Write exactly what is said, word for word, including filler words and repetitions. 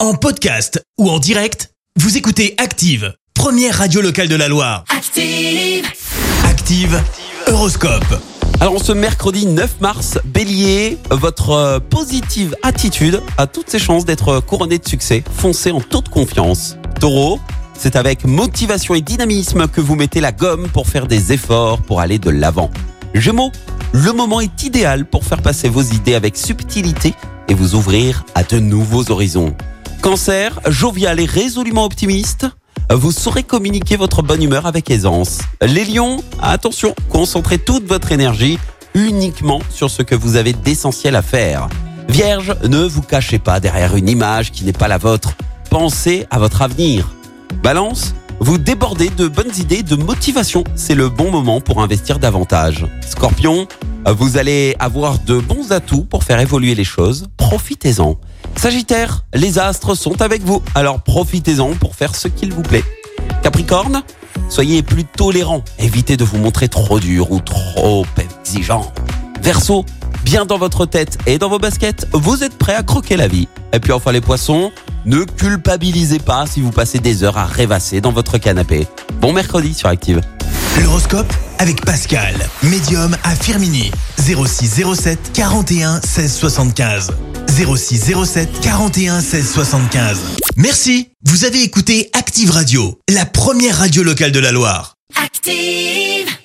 En podcast ou en direct, vous écoutez Active, première radio locale de la Loire. Active, Active Horoscope. Alors ce mercredi neuf mars, Bélier, votre positive attitude a toutes ses chances d'être couronnée de succès. Foncez en toute confiance. Taureau, c'est avec motivation et dynamisme que vous mettez la gomme pour faire des efforts pour aller de l'avant. Gémeaux, le moment est idéal pour faire passer vos idées avec subtilité et vous ouvrir à de nouveaux horizons. Cancer, jovial et résolument optimiste, vous saurez communiquer votre bonne humeur avec aisance. Les lions, attention, concentrez toute votre énergie uniquement sur ce que vous avez d'essentiel à faire. Vierge, ne vous cachez pas derrière une image qui n'est pas la vôtre. Pensez à votre avenir. Balance, vous débordez de bonnes idées et de motivation. C'est le bon moment pour investir davantage. Scorpion, vous allez avoir de bons atouts pour faire évoluer les choses. Profitez-en. Sagittaire, les astres sont avec vous, alors profitez-en pour faire ce qu'il vous plaît. Capricorne, soyez plus tolérant, évitez de vous montrer trop dur ou trop exigeant. Verseau, bien dans votre tête et dans vos baskets, vous êtes prêts à croquer la vie. Et puis enfin les poissons, ne culpabilisez pas si vous passez des heures à rêvasser dans votre canapé. Bon mercredi sur Active. L'horoscope avec Pascal, médium à Firminy, zéro six zéro sept quarante et un seize soixante-quinze. zéro six zéro sept quarante et un seize soixante-quinze. Merci, vous avez écouté Active Radio, la première radio locale de la Loire. Active.